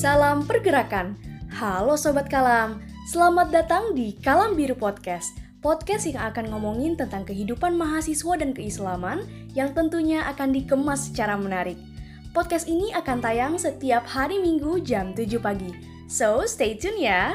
Salam pergerakan. Halo Sobat Kalam, selamat datang di Kalam Biru Podcast. Podcast yang akan ngomongin tentang kehidupan mahasiswa dan keislaman yang tentunya akan dikemas secara menarik. Podcast ini akan tayang setiap hari Minggu jam 7 pagi. So, stay tune ya!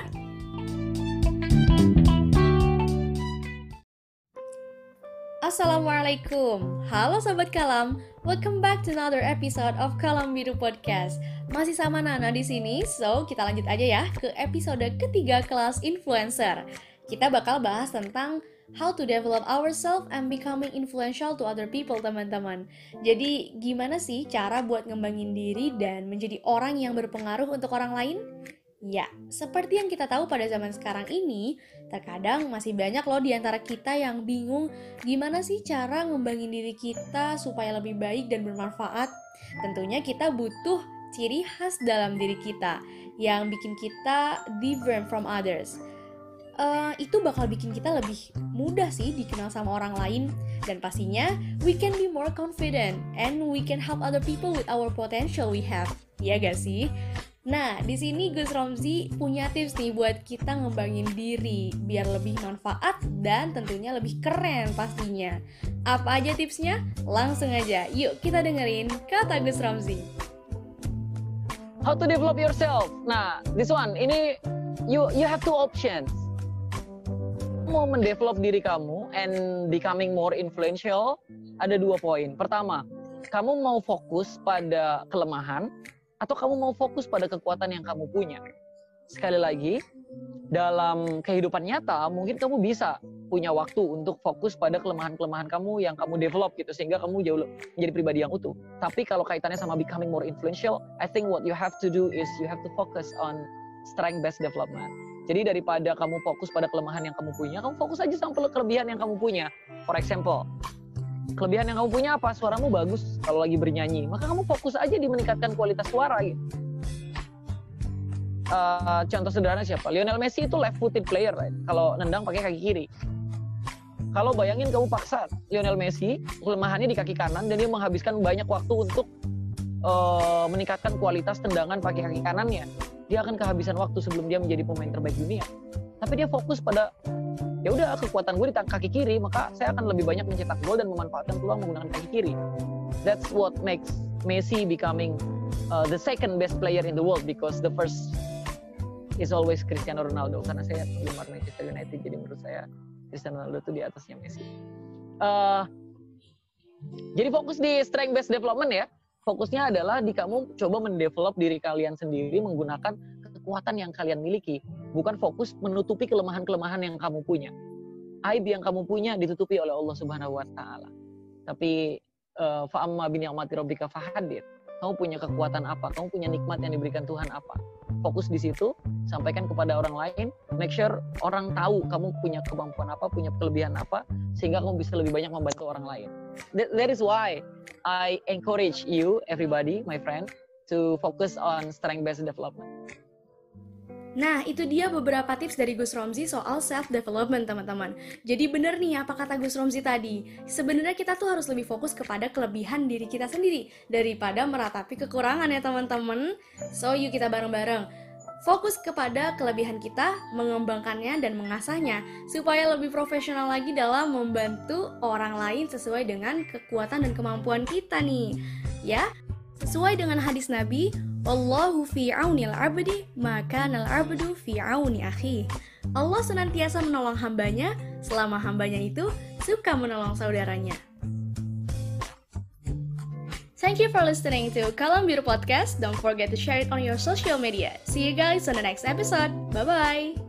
Assalamualaikum, halo Sobat Kalam, welcome back to another episode of Kalam Biru Podcast. Masih sama Nana di sini, so kita lanjut aja ya ke episode ketiga kelas influencer. Kita bakal bahas tentang how to develop ourselves and becoming influential to other people, teman-teman. Jadi gimana sih cara buat ngembangin diri dan menjadi orang yang berpengaruh untuk orang lain? Ya, seperti yang kita tahu pada zaman sekarang ini, terkadang masih banyak loh di antara kita yang bingung gimana sih cara ngembangin diri kita supaya lebih baik dan bermanfaat. Tentunya kita butuh ciri khas dalam diri kita yang bikin kita different from others. Itu bakal bikin kita lebih mudah sih dikenal sama orang lain, dan pastinya we can be more confident and we can help other people with our potential we have. Ya gak sih? Nah, di sini Gus Romzi punya tips nih buat kita ngembangin diri biar lebih manfaat dan tentunya lebih keren pastinya. Apa aja tipsnya? Langsung aja, yuk kita dengerin kata Gus Romzi. How to develop yourself? Nah, this one, ini you have two options. Mau mendevelop diri kamu and becoming more influential, ada dua poin. Pertama, kamu mau fokus pada kelemahan atau kamu mau fokus pada kekuatan yang kamu punya. Sekali lagi, dalam kehidupan nyata mungkin kamu bisa punya waktu untuk fokus pada kelemahan-kelemahan kamu yang kamu develop gitu, sehingga kamu jauh menjadi pribadi yang utuh. Tapi kalau kaitannya sama becoming more influential, I think what you have to do is you have to focus on strength-based development. Jadi daripada kamu fokus pada kelemahan yang kamu punya, kamu fokus aja sama kelebihan yang kamu punya. For example, kelebihan yang kamu punya apa? Suaramu bagus kalau lagi bernyanyi. Maka kamu fokus aja di meningkatkan kualitas suara gitu. Contoh sederhana siapa? Lionel Messi itu left-footed player, right? Kalau nendang pakai kaki kiri. Kalau bayangin kamu paksa Lionel Messi, kelemahannya di kaki kanan, dan dia menghabiskan banyak waktu untuk meningkatkan kualitas tendangan pakai kaki kanannya. Dia akan kehabisan waktu sebelum dia menjadi pemain terbaik dunia. Tapi dia fokus pada ya udah, kekuatan gue di kaki kiri, maka saya akan lebih banyak mencetak gol dan memanfaatkan peluang menggunakan kaki kiri. That's what makes Messi becoming the second best player in the world, because the first is always Cristiano Ronaldo. Karena saya penggemar Manchester United, jadi menurut saya Cristiano Ronaldo itu di atasnya Messi. Jadi fokus di strength based development ya. Fokusnya adalah di kamu coba mendevelop diri kalian sendiri menggunakan kekuatan yang kalian miliki. Bukan fokus menutupi kelemahan-kelemahan yang kamu punya. Aib yang kamu punya ditutupi oleh Allah Subhanahu wa Ta'ala. Tapi fa'amma bi ni'mati rabbika fahaddits. Kamu punya kekuatan apa? Kamu punya nikmat yang diberikan Tuhan apa? Fokus di situ, sampaikan kepada orang lain. Make sure orang tahu kamu punya kemampuan apa, punya kelebihan apa, sehingga kamu bisa lebih banyak membantu orang lain. That is why I encourage you, everybody, my friend, to focus on strength-based development. Nah, itu dia beberapa tips dari Gus Romzi soal self-development, teman-teman. Jadi bener nih apa kata Gus Romzi tadi. Sebenarnya kita tuh harus lebih fokus kepada kelebihan diri kita sendiri daripada meratapi kekurangan ya, teman-teman. So, yuk kita bareng-bareng fokus kepada kelebihan kita, mengembangkannya dan mengasahnya supaya lebih profesional lagi dalam membantu orang lain sesuai dengan kekuatan dan kemampuan kita nih. Ya, sesuai dengan hadis Nabi, Wallahu fi aunil abdi, maka nal abdu fi auni akhi. Allah senantiasa menolong hambanya selama hambanya itu suka menolong saudaranya. Thank you for listening to Kalam Biru Podcast. Don't forget to share it on your social media. See you guys on the next episode. Bye-bye.